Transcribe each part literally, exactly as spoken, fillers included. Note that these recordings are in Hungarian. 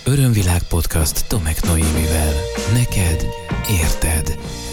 Örömvilág podcast Tomek Noémivel. Neked érted.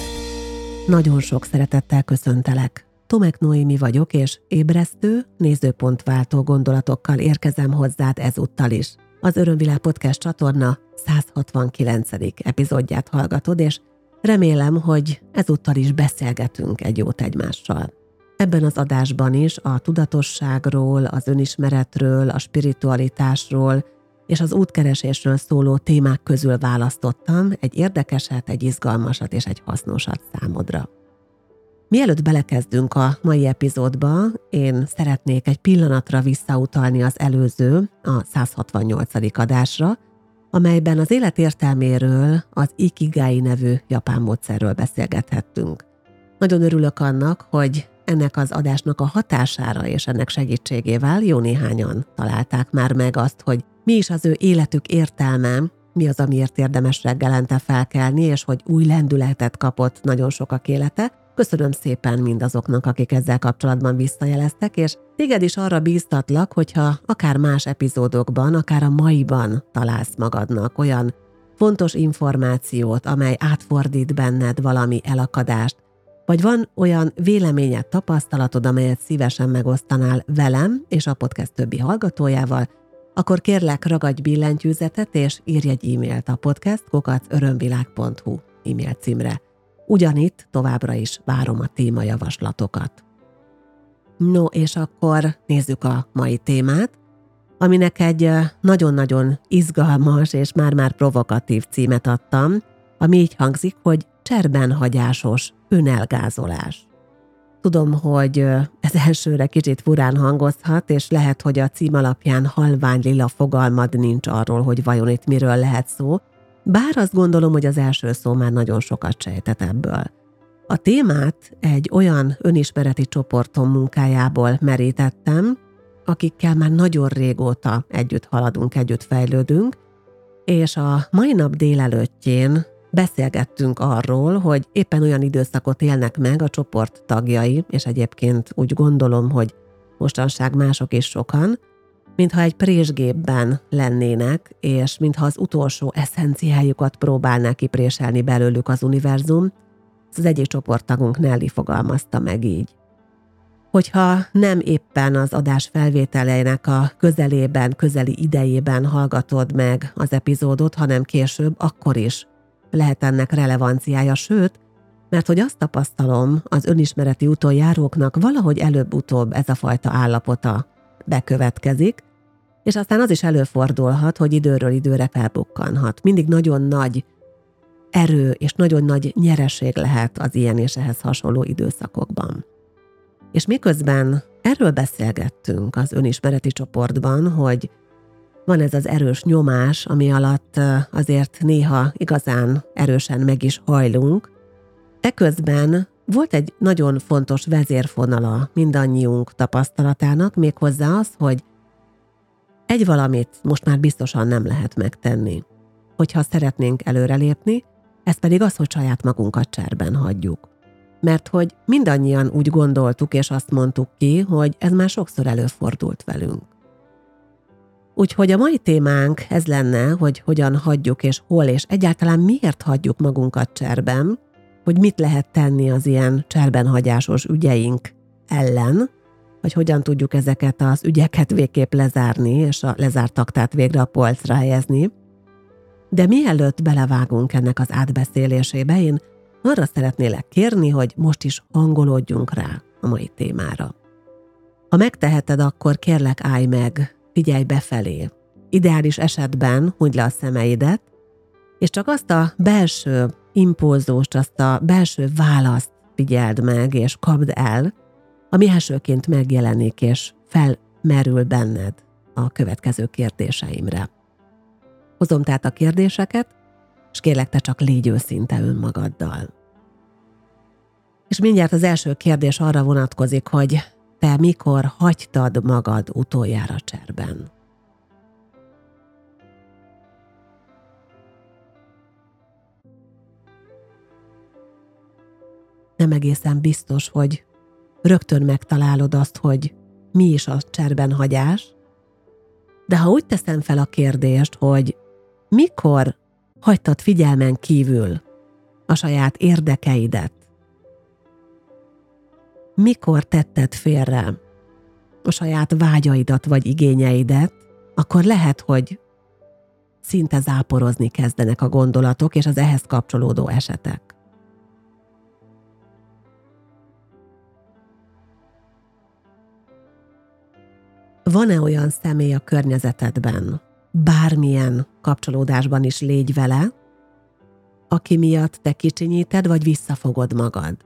Nagyon sok szeretettel köszöntelek. Tomek Noémi vagyok, és ébresztő, nézőpontváltó gondolatokkal érkezem hozzád ezúttal is. Az Örömvilág podcast csatorna száz hatvankilencedik epizódját hallgatod, és remélem, hogy ezúttal is beszélgetünk egy jót egymással. Ebben az adásban is a tudatosságról, az önismeretről, a spiritualitásról és az útkeresésről szóló témák közül választottam egy érdekeset, egy izgalmasat és egy hasznosat számodra. Mielőtt belekezdünk a mai epizódba, én szeretnék egy pillanatra visszautalni az előző, a száz hatvannyolcadik adásra, amelyben az élet értelméről, az Ikigai nevű japán módszerről beszélgethettünk. Nagyon örülök annak, hogy ennek az adásnak a hatására és ennek segítségével jó néhányan találták már meg azt, hogy mi is az ő életük értelme, mi az, amiért érdemes reggelente felkelni, és hogy új lendületet kapott nagyon sokak élete. Köszönöm szépen mindazoknak, akik ezzel kapcsolatban visszajeleztek, és téged is arra bíztatlak, hogyha akár más epizódokban, akár a maiban találsz magadnak olyan fontos információt, amely átfordít benned valami elakadást, vagy van olyan véleményed, tapasztalatod, amelyet szívesen megosztanál velem és a podcast többi hallgatójával, akkor kérlek, ragadj billentyűzetet és írj egy e-mailt a podcast kukac örömvilág pont hu e-mail címre. Ugyanitt továbbra is várom a témajavaslatokat. No, és akkor nézzük a mai témát, aminek egy nagyon-nagyon izgalmas és már-már provokatív címet adtam, ami így hangzik, hogy cserbenhagyásos önelgázolás. Tudom, hogy ez elsőre kicsit furán hangozhat, és lehet, hogy a cím alapján halvány lila fogalmad nincs arról, hogy vajon itt miről lehet szó, bár azt gondolom, hogy az első szó már nagyon sokat sejtett ebből. A témát egy olyan önismereti csoportom munkájából merítettem, akikkel már nagyon régóta együtt haladunk, együtt fejlődünk, és a mai nap délelőttjén beszélgettünk arról, hogy éppen olyan időszakot élnek meg a csoport tagjai, és egyébként úgy gondolom, hogy mostanság mások is sokan, mintha egy présgépben lennének, és mintha az utolsó eszenciájukat próbálná kipréselni belőlük az univerzum. Ez az egyik csoporttagunk Nelly fogalmazta meg így. Hogyha nem éppen az adás felvételeinek a közelében, közeli idejében hallgatod meg az epizódot, hanem később, akkor is lehet ennek relevanciája, sőt, mert hogy azt tapasztalom, az önismereti úton járóknak valahogy előbb-utóbb ez a fajta állapota bekövetkezik, és aztán az is előfordulhat, hogy időről időre felbukkanhat. Mindig nagyon nagy erő és nagyon nagy nyereség lehet az ilyen és ehhez hasonló időszakokban. És miközben erről beszélgettünk az önismereti csoportban, hogy van ez az erős nyomás, ami alatt azért néha igazán erősen meg is hajlunk. Eközben volt egy nagyon fontos vezérfonala mindannyiunk tapasztalatának, méghozzá az, hogy egy valamit most már biztosan nem lehet megtenni. Hogyha szeretnénk előrelépni, ez pedig az, hogy saját magunkat cserben hagyjuk. Mert hogy mindannyian úgy gondoltuk és azt mondtuk ki, hogy ez már sokszor előfordult velünk. Úgyhogy a mai témánk ez lenne, hogy hogyan hagyjuk és hol és egyáltalán miért hagyjuk magunkat cserben, hogy mit lehet tenni az ilyen cserbenhagyásos ügyeink ellen, vagy hogyan tudjuk ezeket az ügyeket végképp lezárni, és a lezárt taktát végre a polcra helyezni. De mielőtt belevágunk ennek az átbeszélésébe, én arra szeretnélek kérni, hogy most is hangolódjunk rá a mai témára. Ha megteheted, akkor kérlek állj meg, figyelj befelé. Ideális esetben hunyd le a szemeidet, és csak azt a belső impulzust, azt a belső választ figyeld meg, és kapd el, ami elsőként megjelenik, és felmerül benned a következő kérdéseimre. Hozom tehát a kérdéseket, és kérlek, te csak légy őszinte önmagaddal. És mindjárt az első kérdés arra vonatkozik, hogy te mikor hagytad magad utoljára cserben? Nem egészen biztos, hogy rögtön megtalálod azt, hogy mi is a cserbenhagyás, de ha úgy teszem fel a kérdést, hogy mikor hagytad figyelmen kívül a saját érdekeidet? Mikor tetted félre a saját vágyaidat vagy igényeidet, akkor lehet, hogy szinte záporozni kezdenek a gondolatok és az ehhez kapcsolódó esetek. Van-e olyan személy a környezetedben, bármilyen kapcsolódásban is légy vele, aki miatt te kicsinyíted vagy visszafogod magad?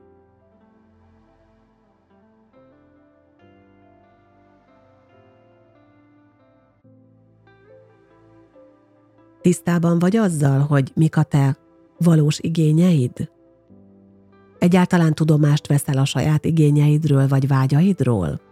Tisztában vagy azzal, hogy mik a te valós igényeid? Egyáltalán tudomást veszel a saját igényeidről vagy vágyaidról?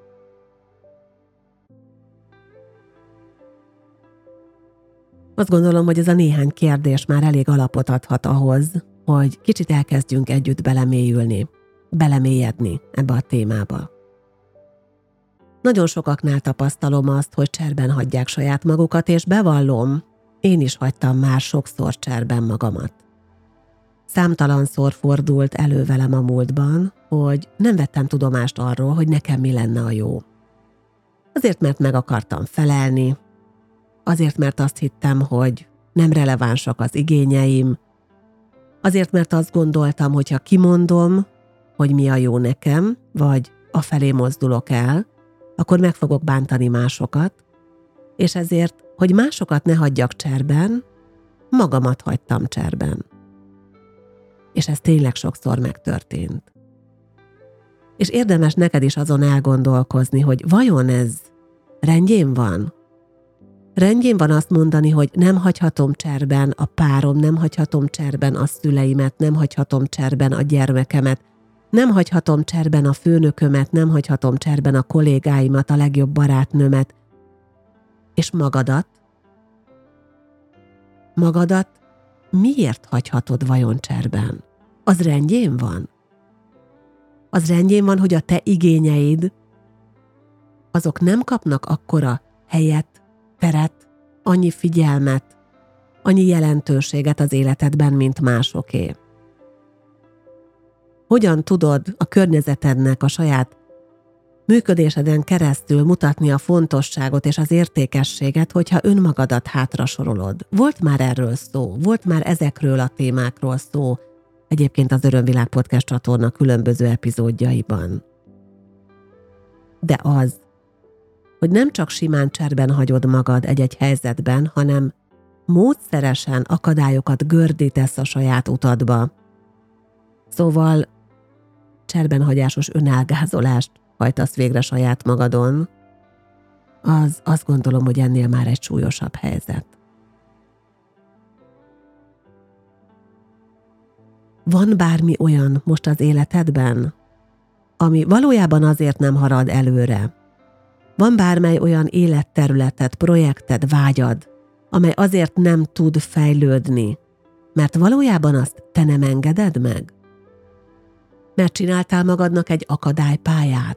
Azt gondolom, hogy ez a néhány kérdés már elég alapot adhat ahhoz, hogy kicsit elkezdjünk együtt belemélyülni, belemélyedni ebbe a témába. Nagyon sokaknál tapasztalom azt, hogy cserben hagyják saját magukat, és bevallom, én is hagytam már sokszor cserben magamat. Számtalanszor fordult elő velem a múltban, hogy nem vettem tudomást arról, hogy nekem mi lenne a jó. Azért, mert meg akartam felelni, azért, mert azt hittem, hogy nem relevánsak az igényeim, azért, mert azt gondoltam, hogy ha kimondom, hogy mi a jó nekem, vagy afelé mozdulok el, akkor meg fogok bántani másokat, és ezért, hogy másokat ne hagyjak cserben, magamat hagytam cserben. És ez tényleg sokszor megtörtént. És érdemes neked is azon elgondolkozni, hogy vajon ez rendjén van? Rendjén van azt mondani, hogy nem hagyhatom cserben a párom, nem hagyhatom cserben a szüleimet, nem hagyhatom cserben a gyermekemet, nem hagyhatom cserben a főnökömet, nem hagyhatom cserben a kollégáimat, a legjobb barátnőmet, és magadat? Magadat miért hagyhatod vajon cserben? Az rendjén van? Az rendjén van, hogy a te igényeid, azok nem kapnak akkora helyet, teret, annyi figyelmet, annyi jelentőséget az életedben, mint másoké. Hogyan tudod a környezetednek, a saját működéseden keresztül mutatni a fontosságot és az értékességet, hogyha önmagadat hátra sorolod? Volt már erről szó, volt már ezekről a témákról szó, egyébként az Örömvilág Podcast csatorna különböző epizódjaiban. De az, hogy nem csak simán cserben hagyod magad egy-egy helyzetben, hanem módszeresen akadályokat gördítesz a saját utadba. Szóval cserbenhagyásos önelgázolást hajtasz végre saját magadon, az azt gondolom, hogy ennél már egy súlyosabb helyzet. Van bármi olyan most az életedben, ami valójában azért nem halad előre? Van bármely olyan életterületed, projekted, vágyad, amely azért nem tud fejlődni, mert valójában azt te nem engeded meg? Mert csináltál magadnak egy akadálypályát.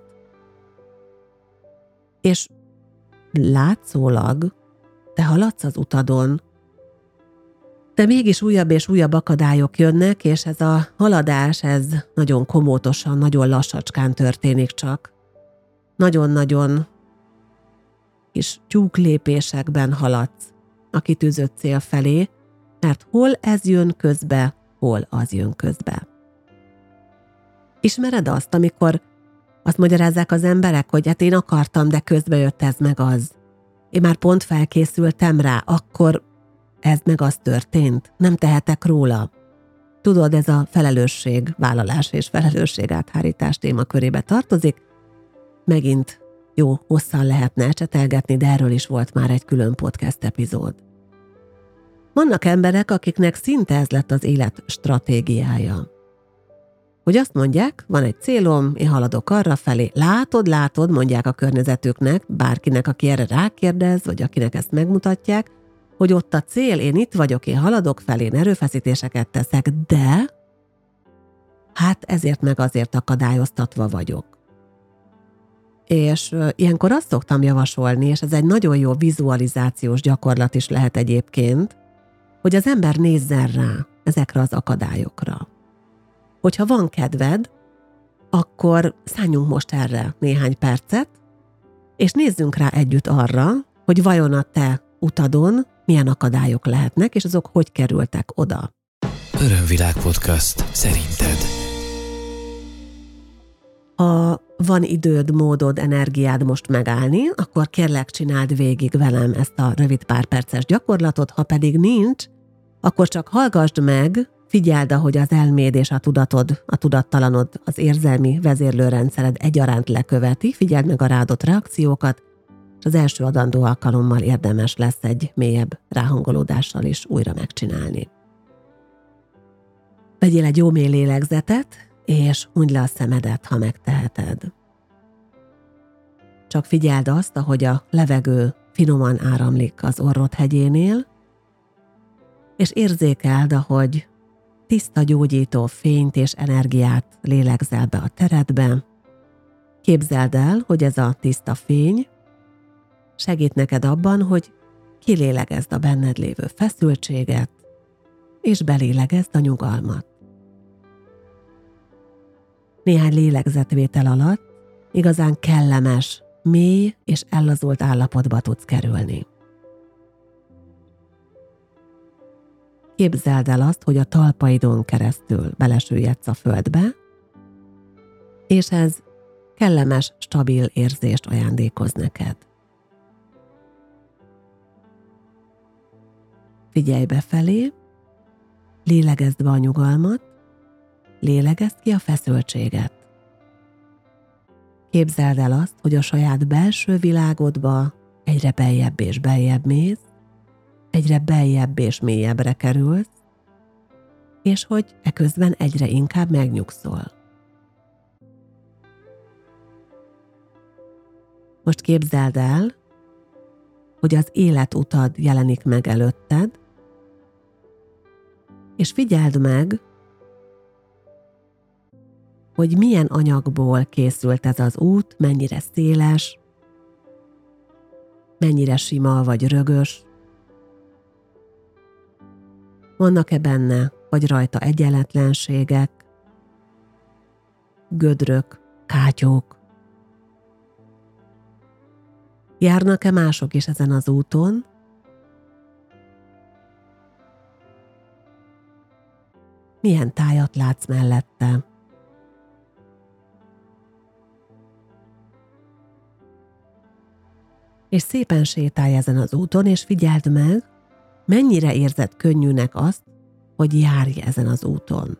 És látszólag te haladsz az utadon, de mégis újabb és újabb akadályok jönnek, és ez a haladás, ez nagyon komótosan, nagyon lassacskán történik csak. Nagyon-nagyon kis tyúklépésekben haladsz a kitűzött cél felé, mert hol ez jön közbe, hol az jön közbe. Ismered azt, amikor azt magyarázzák az emberek, hogy hát én akartam, de közbe jött ez meg az. Én már pont felkészültem rá, akkor ez meg az történt, nem tehetek róla. Tudod, ez a felelősség, vállalás és felelősség áthárítás témakörébe tartozik. Megint jó, hosszan lehetne ecsetelgetni, de erről is volt már egy külön podcast epizód. Vannak emberek, akiknek szinte ez lett az élet stratégiája. Hogy azt mondják, van egy célom, én haladok arra felé, látod, látod, mondják a környezetüknek, bárkinek, aki erre rákérdez, vagy akinek ezt megmutatják, hogy ott a cél, én itt vagyok, én haladok felé, én erőfeszítéseket teszek, de hát ezért meg azért akadályoztatva vagyok. És ilyenkor azt szoktam javasolni, és ez egy nagyon jó vizualizációs gyakorlat is lehet egyébként, hogy az ember nézzen rá ezekre az akadályokra. Hogyha van kedved, akkor szálljunk most erre néhány percet, és nézzünk rá együtt arra, hogy vajon a te utadon milyen akadályok lehetnek, és azok hogy kerültek oda. Örömvilág podcast szerinted. Ha van időd, módod, energiád most megállni, akkor kérlek csináld végig velem ezt a rövid pár perces gyakorlatot, ha pedig nincs, akkor csak hallgassd meg, figyeld, ahogy az elméd és a tudatod, a tudattalanod, az érzelmi vezérlőrendszered egyaránt leköveti, figyeld meg a ráadott reakciókat, és az első adandó alkalommal érdemes lesz egy mélyebb ráhangolódással is újra megcsinálni. Vegyél egy jó mély lélegzetet, és hunyd le a szemedet, ha megteheted. Csak figyeld azt, ahogy a levegő finoman áramlik az orrod hegyénél, és érzékeld, ahogy tiszta gyógyító fényt és energiát lélegzel be a teredbe. Képzeld el, hogy ez a tiszta fény segít neked abban, hogy kilélegezd a benned lévő feszültséget, és belélegezd a nyugalmat. Néhány lélegzetvétel alatt igazán kellemes, mély és ellazult állapotba tudsz kerülni. Képzeld el azt, hogy a talpaidon keresztül belesüllyedsz a földbe, és ez kellemes, stabil érzést ajándékoz neked. Figyelj befelé, lélegezd be a nyugalmat, lélegezd ki a feszültséget. Képzeld el azt, hogy a saját belső világodba egyre beljebb és beljebb mész, egyre beljebb és mélyebbre kerülsz, és hogy eközben egyre inkább megnyugszol. Most képzeld el, hogy az életutad jelenik meg előtted, és figyeld meg, hogy milyen anyagból készült ez az út, mennyire széles, mennyire sima vagy rögös. Vannak-e benne, vagy rajta egyenletlenségek, gödrök, kátyók? Járnak-e mások is ezen az úton? Milyen tájat látsz mellette? És szépen sétálj ezen az úton, és figyeld meg, mennyire érzed könnyűnek azt, hogy járj ezen az úton.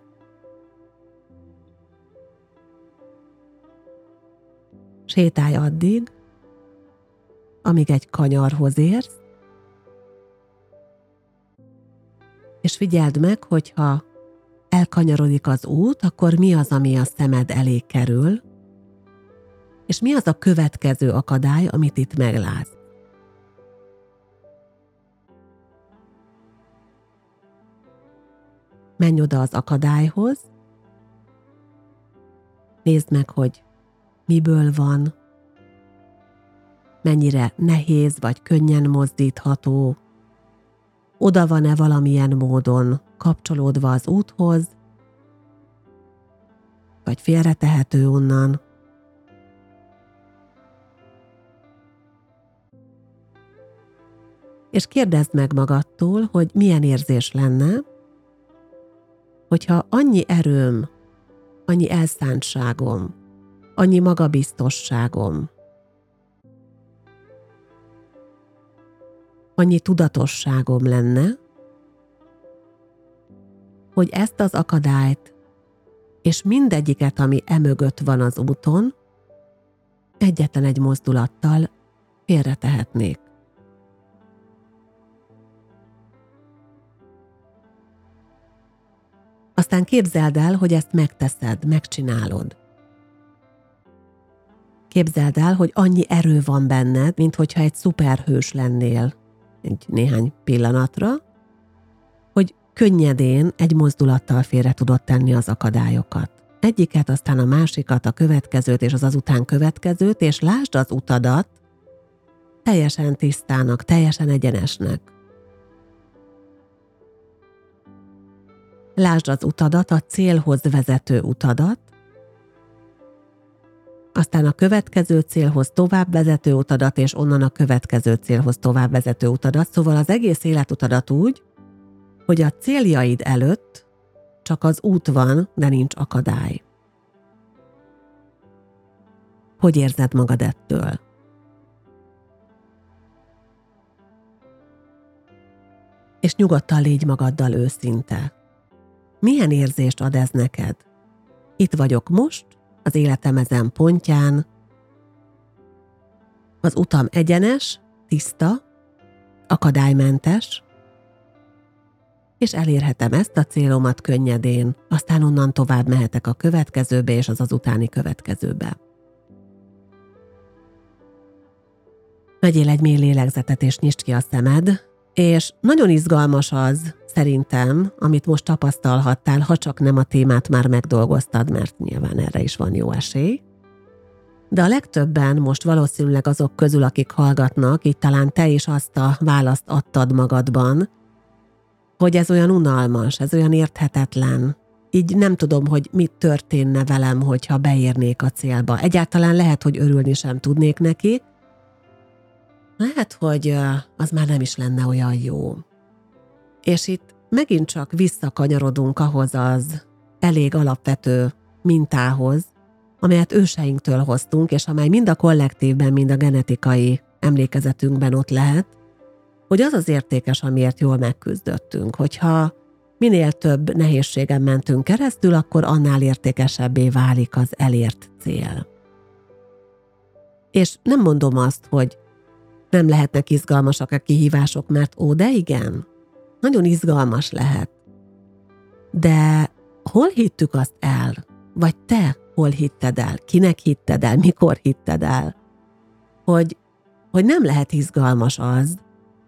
Sétálj addig, amíg egy kanyarhoz érsz, és figyeld meg, hogyha elkanyarodik az út, akkor mi az, ami a szemed elé kerül, és mi az a következő akadály, amit itt meglátsz. Menj oda az akadályhoz, nézd meg, hogy miből van, mennyire nehéz vagy könnyen mozdítható, oda van-e valamilyen módon kapcsolódva az úthoz, vagy félretehető onnan. És kérdezd meg magadtól, hogy milyen érzés lenne, hogyha annyi erőm, annyi elszántságom, annyi magabiztosságom, annyi tudatosságom lenne, hogy ezt az akadályt és mindegyiket, ami emögött van az úton, egyetlen egy mozdulattal félretehetnék. Aztán képzeld el, hogy ezt megteszed, megcsinálod. Képzeld el, hogy annyi erő van benned, mint hogyha egy szuperhős lennél egy néhány pillanatra, hogy könnyedén egy mozdulattal félre tudod tenni az akadályokat. Egyiket, aztán a másikat, a következőt és az azután következőt, és lásd az utadat teljesen tisztának, teljesen egyenesnek. lásd az utadat, a célhoz vezető utadat, aztán a következő célhoz tovább vezető utadat, és onnan a következő célhoz tovább vezető utadat. Szóval az egész életutadat úgy, hogy a céljaid előtt csak az út van, de nincs akadály. Hogy érzed magad ettől? És nyugodtan légy magaddal őszinte. Milyen érzést ad ez neked? Itt vagyok most, az életem ezen pontján. Az utam egyenes, tiszta, akadálymentes, és elérhetem ezt a célomat könnyedén, aztán onnan tovább mehetek a következőbe és az az utáni következőbe. Vegyél egy mély lélegzetet és nyisd ki a szemed, és nagyon izgalmas az, szerintem, amit most tapasztalhattál, ha csak nem a témát már megdolgoztad, mert nyilván erre is van jó esély. De a legtöbben most valószínűleg azok közül, akik hallgatnak, így talán te is azt a választ adtad magadban, hogy ez olyan unalmas, ez olyan érthetetlen. Így nem tudom, hogy mit történne velem, hogyha beérnék a célba. Egyáltalán lehet, hogy örülni sem tudnék neki. Lehet, hogy az már nem is lenne olyan jó. És itt megint csak visszakanyarodunk ahhoz az elég alapvető mintához, amelyet őseinktől hoztunk, és amely mind a kollektívben, mind a genetikai emlékezetünkben ott lehet, hogy az az értékes, amiért jól megküzdöttünk, hogyha minél több nehézségen mentünk keresztül, akkor annál értékesebbé válik az elért cél. És nem mondom azt, hogy nem lehetnek izgalmasak a kihívások, mert ó, de igen, nagyon izgalmas lehet. De hol hittük azt el? Vagy te hol hitted el? Kinek hitted el? Mikor hitted el? Hogy, hogy nem lehet izgalmas az,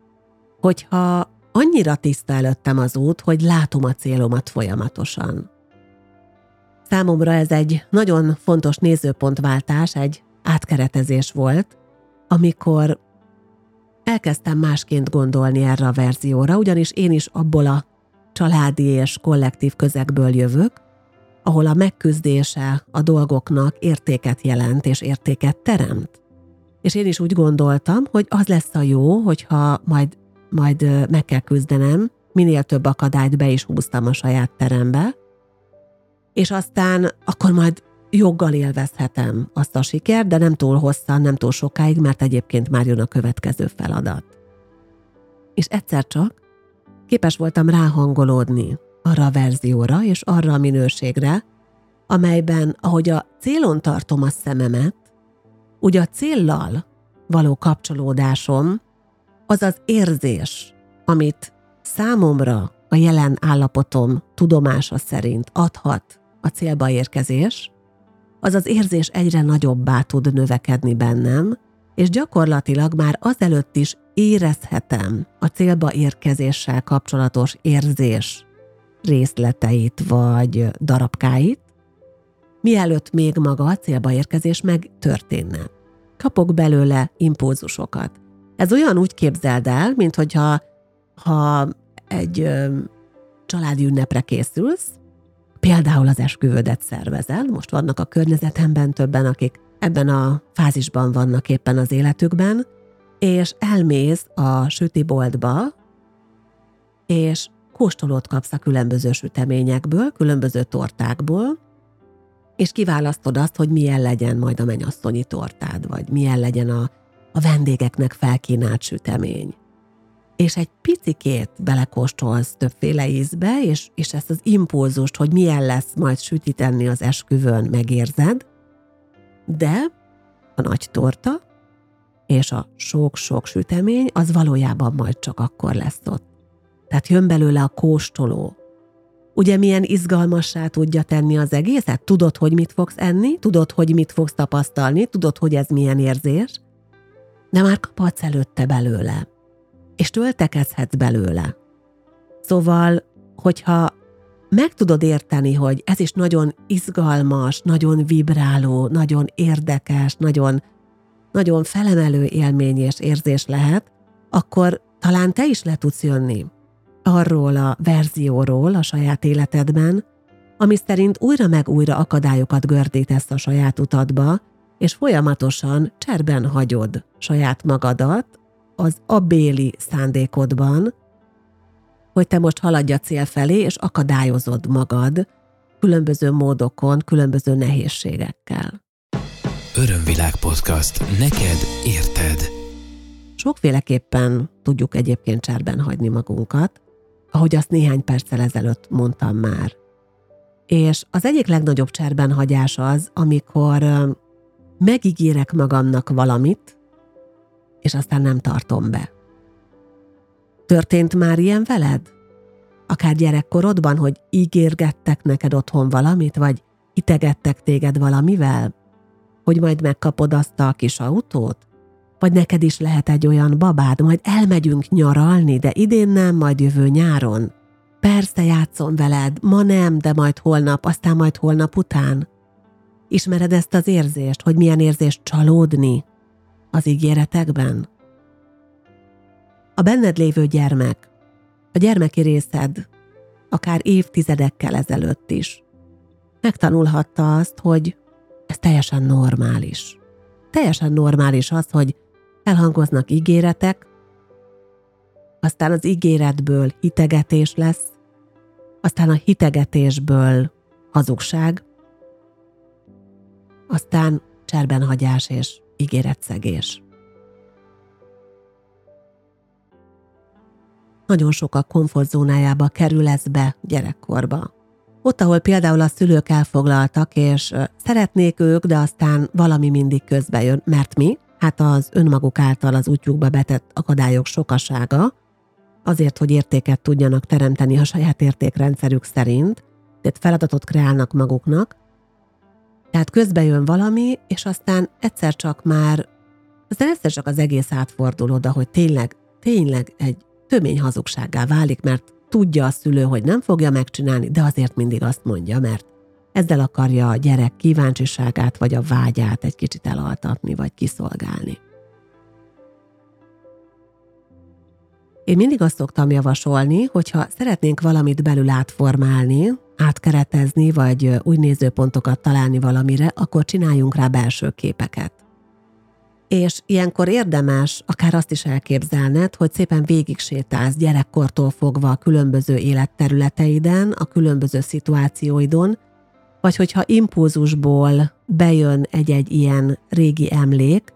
hogyha annyira tiszta előttem az út, hogy látom a célomat folyamatosan. Számomra ez egy nagyon fontos nézőpontváltás, egy átkeretezés volt, amikor elkezdtem másként gondolni erre a verzióra, ugyanis én is abból a családi és kollektív közegből jövök, ahol a megküzdése a dolgoknak értéket jelent és értéket teremt. És én is úgy gondoltam, hogy az lesz a jó, hogyha majd, majd meg kell küzdenem, minél több akadályt be is húztam a saját terembe, és aztán akkor majd joggal élvezhetem azt a sikert, de nem túl hosszan, nem túl sokáig, mert egyébként már jön a következő feladat. És egyszer csak képes voltam ráhangolódni arra a verzióra és arra a minőségre, amelyben, ahogy a célon tartom a szememet, ugye a céllal való kapcsolódásom, az az érzés, amit számomra a jelen állapotom tudomása szerint adhat a célba érkezés, az az érzés egyre nagyobbá tud növekedni bennem, és gyakorlatilag már azelőtt is érezhetem a célba érkezéssel kapcsolatos érzés részleteit vagy darabkáit, mielőtt még maga a célba érkezés meg történne. Kapok belőle impulzusokat. Ez olyan úgy képzeld el, mint hogyha ha egy ö, családi ünnepre készülsz, például az esküvődet szervezel, most vannak a környezetemben többen, akik ebben a fázisban vannak éppen az életükben, és elmész a sütiboltba, és kóstolót kapsz a különböző süteményekből, különböző tortákból, és kiválasztod azt, hogy milyen legyen majd a mennyasszonyi tortád, vagy milyen legyen a, a vendégeknek felkínált sütemény. És egy picikét belekóstolsz többféle ízbe, és, és ezt az impulzust, hogy milyen lesz majd sütíteni az esküvőn, megérzed, de a nagy torta és a sok-sok sütemény az valójában majd csak akkor lesz ott. Tehát jön belőle a kóstoló. Ugye milyen izgalmassá tudja tenni az egészet? Tudod, hogy mit fogsz enni, tudod, hogy mit fogsz tapasztalni, tudod, hogy ez milyen érzés, de már kaphatsz előtte belőle, és töltekezhetsz belőle. Szóval, hogyha meg tudod érteni, hogy ez is nagyon izgalmas, nagyon vibráló, nagyon érdekes, nagyon, nagyon felemelő élmény és érzés lehet, akkor talán te is le tudsz jönni arról a verzióról a saját életedben, ami szerint újra meg újra akadályokat gördítesz a saját utadba, és folyamatosan cserben hagyod saját magadat az abbéli szándékodban, hogy te most haladj a cél felé, és akadályozod magad különböző módokon, különböző nehézségekkel. Örömvilág podcast. Neked érted. Sokféleképpen tudjuk egyébként cserben hagyni magunkat, ahogy azt néhány perccel ezelőtt mondtam már. És az egyik legnagyobb cserben hagyás az, amikor megígérek magamnak valamit, és aztán nem tartom be. Történt már ilyen veled? Akár gyerekkorodban, hogy ígérgettek neked otthon valamit, vagy hitegettek téged valamivel? Hogy majd megkapod azt a kis autót? Vagy neked is lehet egy olyan babád, majd elmegyünk nyaralni, de idén nem, majd jövő nyáron. Persze játszom veled, ma nem, de majd holnap, aztán majd holnap után. Ismered ezt az érzést, hogy milyen érzés csalódni az ígéretekben? A benned lévő gyermek, a gyermeki részed, akár évtizedekkel ezelőtt is, megtanulhatta azt, hogy ez teljesen normális. Teljesen normális az, hogy elhangoznak ígéretek, aztán az ígéretből hitegetés lesz, aztán a hitegetésből hazugság, aztán cserbenhagyás és ígéretszegés. Nagyon sok a komfortzónájába kerül ez be gyerekkorba. Ott, ahol például a szülők elfoglaltak, és szeretnék ők, de aztán valami mindig közbe jön, mert mi? Hát az önmaguk által az útjukba betett akadályok sokasága, azért, hogy értéket tudjanak teremteni a saját értékrendszerük szerint, tehát feladatot kreálnak maguknak, tehát közbe jön valami, és aztán egyszer csak már, aztán egyszer csak az egész átfordul oda, hogy tényleg, tényleg egy tömény hazugsággá válik, mert tudja a szülő, hogy nem fogja megcsinálni, de azért mindig azt mondja, mert ezzel akarja a gyerek kíváncsiságát vagy a vágyát egy kicsit elaltatni vagy kiszolgálni. Én mindig azt szoktam javasolni, hogyha szeretnénk valamit belül átformálni, átkeretezni, vagy új nézőpontokat találni valamire, akkor csináljunk rá belső képeket. És ilyenkor érdemes akár azt is elképzelned, hogy szépen végig sétálsz gyerekkortól fogva a különböző életterületeiden, a különböző szituációidon, vagy hogyha impulzusból bejön egy-egy ilyen régi emlék,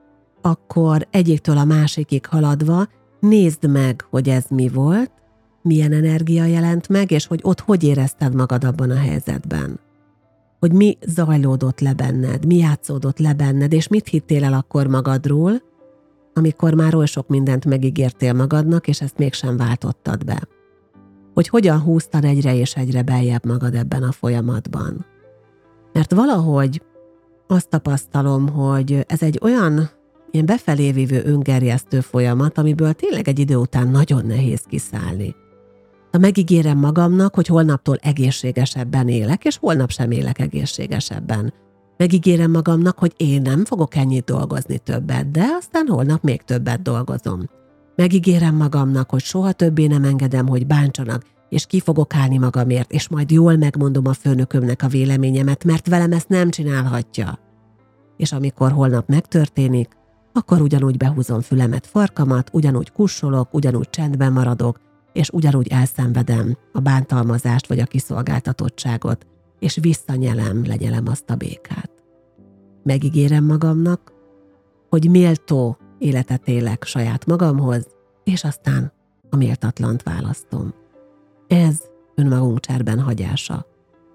akkor egyiktől a másikig haladva nézd meg, hogy ez mi volt, milyen energia jelent meg, és hogy ott hogy érezted magad abban a helyzetben. Hogy mi zajlódott le benned, mi játszódott le benned, és mit hittél el akkor magadról, amikor már oly sok mindent megígértél magadnak, és ezt mégsem váltottad be. Hogy hogyan húztad egyre és egyre beljebb magad ebben a folyamatban. Mert valahogy azt tapasztalom, hogy ez egy olyan ilyen befelé vívő öngerjesztő folyamat, amiből tényleg egy idő után nagyon nehéz kiszállni. Ha megígérem magamnak, hogy holnaptól egészségesebben élek, és holnap sem élek egészségesebben. Megígérem magamnak, hogy én nem fogok ennyit dolgozni többet, de aztán holnap még többet dolgozom. Megígérem magamnak, hogy soha többé nem engedem, hogy bántsanak, és ki fogok állni magamért, és majd jól megmondom a főnökömnek a véleményemet, mert velem ezt nem csinálhatja. És amikor holnap megtörténik, akkor ugyanúgy behúzom fülemet, farkamat, ugyanúgy kussolok, ugyanúgy csendben maradok, és ugyanúgy elszenvedem a bántalmazást vagy a kiszolgáltatottságot, és visszanyelem, legyelem azt a békát. Megígérem magamnak, hogy méltó életet élek saját magamhoz, és aztán a méltatlant választom. Ez önmagunk cserben hagyása.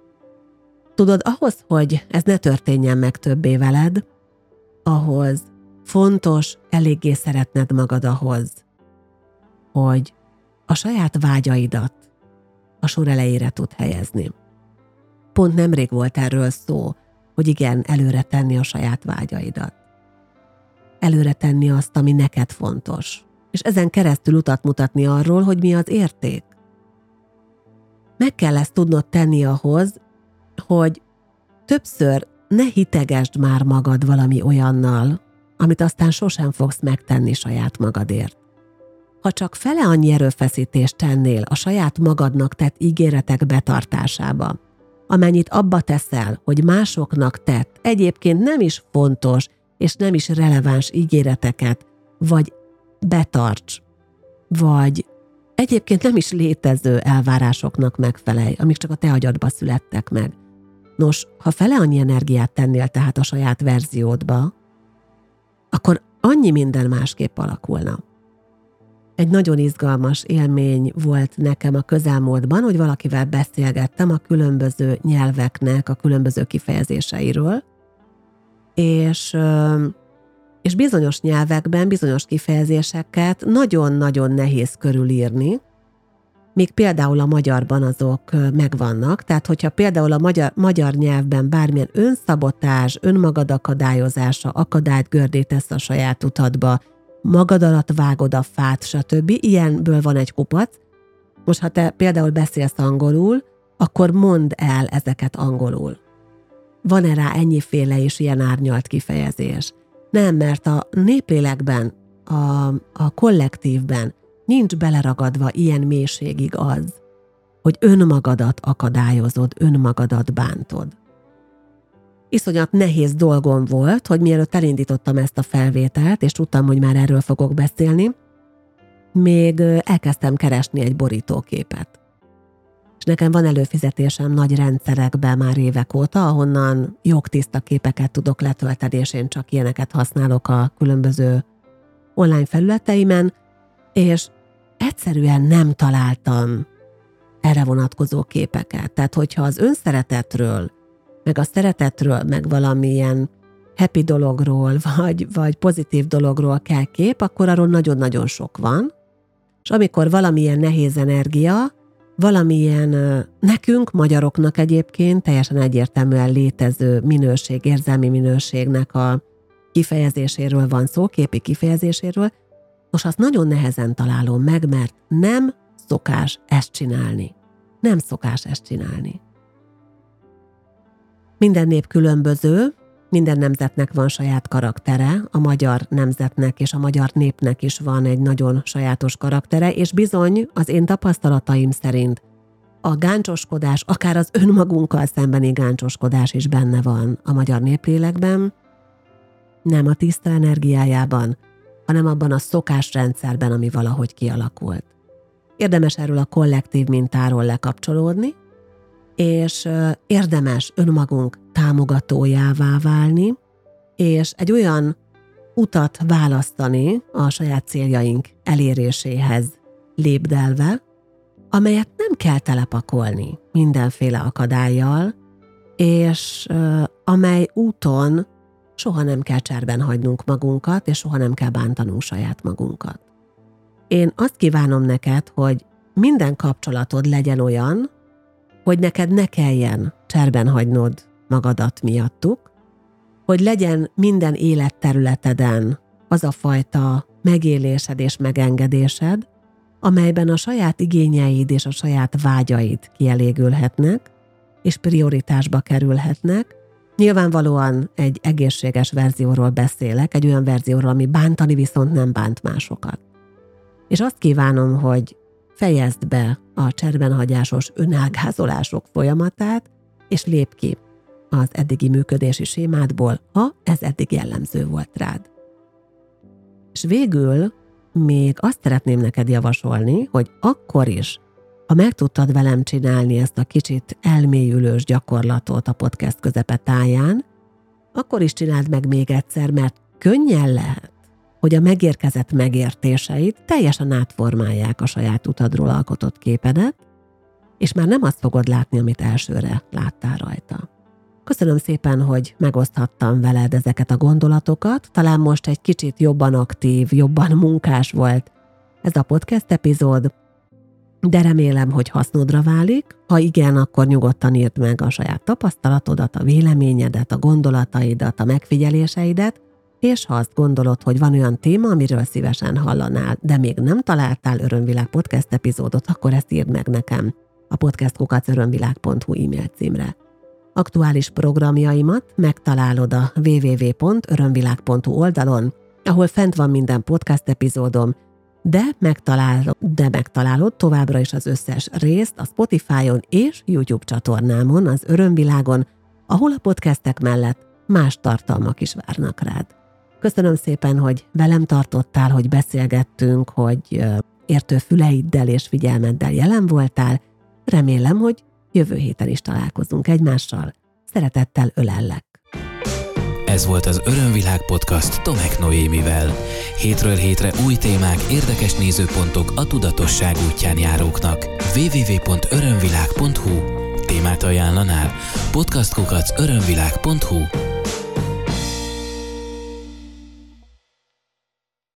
Tudod, ahhoz, hogy ez ne történjen meg többé veled, ahhoz fontos eléggé szeretned magad ahhoz, hogy a saját vágyaidat a sor elejére tud helyezni. Pont nemrég volt erről szó, hogy igen, előre tenni a saját vágyaidat. Előre tenni azt, ami neked fontos, és ezen keresztül utat mutatni arról, hogy mi az érték. Meg kell ezt tudnod tenni ahhoz, hogy többször ne hitegesd már magad valami olyannal, amit aztán sosem fogsz megtenni saját magadért. ha csak fele annyi erőfeszítést tennél a saját magadnak tett ígéretek betartásába, amennyit abba teszel, hogy másoknak tett, egyébként nem is fontos és nem is releváns ígéreteket, vagy betarts, vagy egyébként nem is létező elvárásoknak megfelelj, amik csak a te agyadba születtek meg. Nos, ha fele annyi energiát tennél tehát a saját verziódba, akkor annyi minden másképp alakulna. Egy nagyon izgalmas élmény volt nekem a közelmúltban, hogy valakivel beszélgettem a különböző nyelveknek a különböző kifejezéseiről, és, és bizonyos nyelvekben, bizonyos kifejezéseket nagyon-nagyon nehéz körülírni, míg például a magyarban azok megvannak, tehát hogyha például a magyar, magyar nyelvben bármilyen önszabotázs, önmagad akadályozása, akadályt gördítesz a saját utadba, magad alatt vágod a fát, stb. Ilyenből van egy kupac. Most, ha te például beszélsz angolul, akkor mondd el ezeket angolul. Van-e rá ennyiféle és ilyen árnyalt kifejezés? Nem, mert a néplélekben, a, a kollektívben nincs beleragadva ilyen mélységig az, hogy önmagadat akadályozod, önmagadat bántod. Iszonyat nehéz dolgom volt, hogy mielőtt elindítottam ezt a felvételt, és tudtam, hogy már erről fogok beszélni, még elkezdtem keresni egy borítóképet. És nekem van előfizetésem nagy rendszerekben már évek óta, ahonnan jogtiszta képeket tudok letölteni, és én csak ilyeneket használok a különböző online felületeimen, és egyszerűen nem találtam erre vonatkozó képeket. Tehát, hogyha az önszeretetről, meg a szeretetről, meg valamilyen happy dologról, vagy, vagy pozitív dologról kell kép, akkor arról nagyon-nagyon sok van. És amikor valamilyen nehéz energia, valamilyen nekünk, magyaroknak egyébként teljesen egyértelműen létező minőség, érzelmi minőségnek a kifejezéséről van szó, képi kifejezéséről, most azt nagyon nehezen találom meg, mert nem szokás ezt csinálni. Nem szokás ezt csinálni. Minden nép különböző, minden nemzetnek van saját karaktere, a magyar nemzetnek és a magyar népnek is van egy nagyon sajátos karaktere, és bizony az én tapasztalataim szerint a gáncsoskodás, akár az önmagunkkal szembeni gáncsoskodás is benne van a magyar néplélekben, nem a tiszta energiájában, hanem abban a szokásrendszerben, ami valahogy kialakult. Érdemes erről a kollektív mintáról lekapcsolódni, és érdemes önmagunk támogatójává válni, és egy olyan utat választani a saját céljaink eléréséhez lépdelve, amelyet nem kell telepakolni mindenféle akadállyal, és amely úton soha nem kell cserben hagynunk magunkat, és soha nem kell bántanunk saját magunkat. Én azt kívánom neked, hogy minden kapcsolatod legyen olyan, hogy neked ne kelljen cserben hagynod magadat miattuk, hogy legyen minden életterületeden az a fajta megélésed és megengedésed, amelyben a saját igényeid és a saját vágyaid kielégülhetnek, és prioritásba kerülhetnek. Nyilvánvalóan egy egészséges verzióról beszélek, egy olyan verzióról, ami bántani viszont nem bánt másokat. És azt kívánom, hogy fejezd be a cserbenhagyásos önelgázolások folyamatát, és lépj ki az eddigi működési sémádból, ha ez eddig jellemző volt rád. És végül még azt szeretném neked javasolni, hogy akkor is, ha meg tudtad velem csinálni ezt a kicsit elmélyülős gyakorlatot a podcast közepetáján, akkor is csináld meg még egyszer, mert könnyen lehet, hogy a megérkezett megértéseid teljesen átformálják a saját utadról alkotott képedet, és már nem azt fogod látni, amit elsőre láttál rajta. Köszönöm szépen, hogy megoszthattam veled ezeket a gondolatokat, talán most egy kicsit jobban aktív, jobban munkás volt ez a podcast epizód, de remélem, hogy hasznodra válik. Ha igen, akkor nyugodtan írd meg a saját tapasztalatodat, a véleményedet, a gondolataidat, a megfigyeléseidet, és ha azt gondolod, hogy van olyan téma, amiről szívesen hallanál, de még nem találtál Örömvilág podcast epizódot, akkor ezt írd meg nekem a podcast kukac örömvilág pont hu e-mail címre. Aktuális programjaimat megtalálod a double-u double-u double-u pont örömvilág pont hu oldalon, ahol fent van minden podcast epizódom, de megtalálod, de megtalálod továbbra is az összes részt a Spotify-on és YouTube csatornámon, az Örömvilágon, ahol a podcastek mellett más tartalmak is várnak rád. Köszönöm szépen, hogy velem tartottál, hogy beszélgettünk, hogy értő füleiddel és figyelmeddel jelen voltál. Remélem, hogy jövő héten is találkozunk egymással. Szeretettel ölellek. Ez volt az Örömvilág podcast Tomek Noémivel. Hétről hétre új témák, érdekes nézőpontok a tudatosság útján járóknak. double-u double-u double-u pont örömvilág pont hu Témát ajánlanál? podcast kukac örömvilág pont hu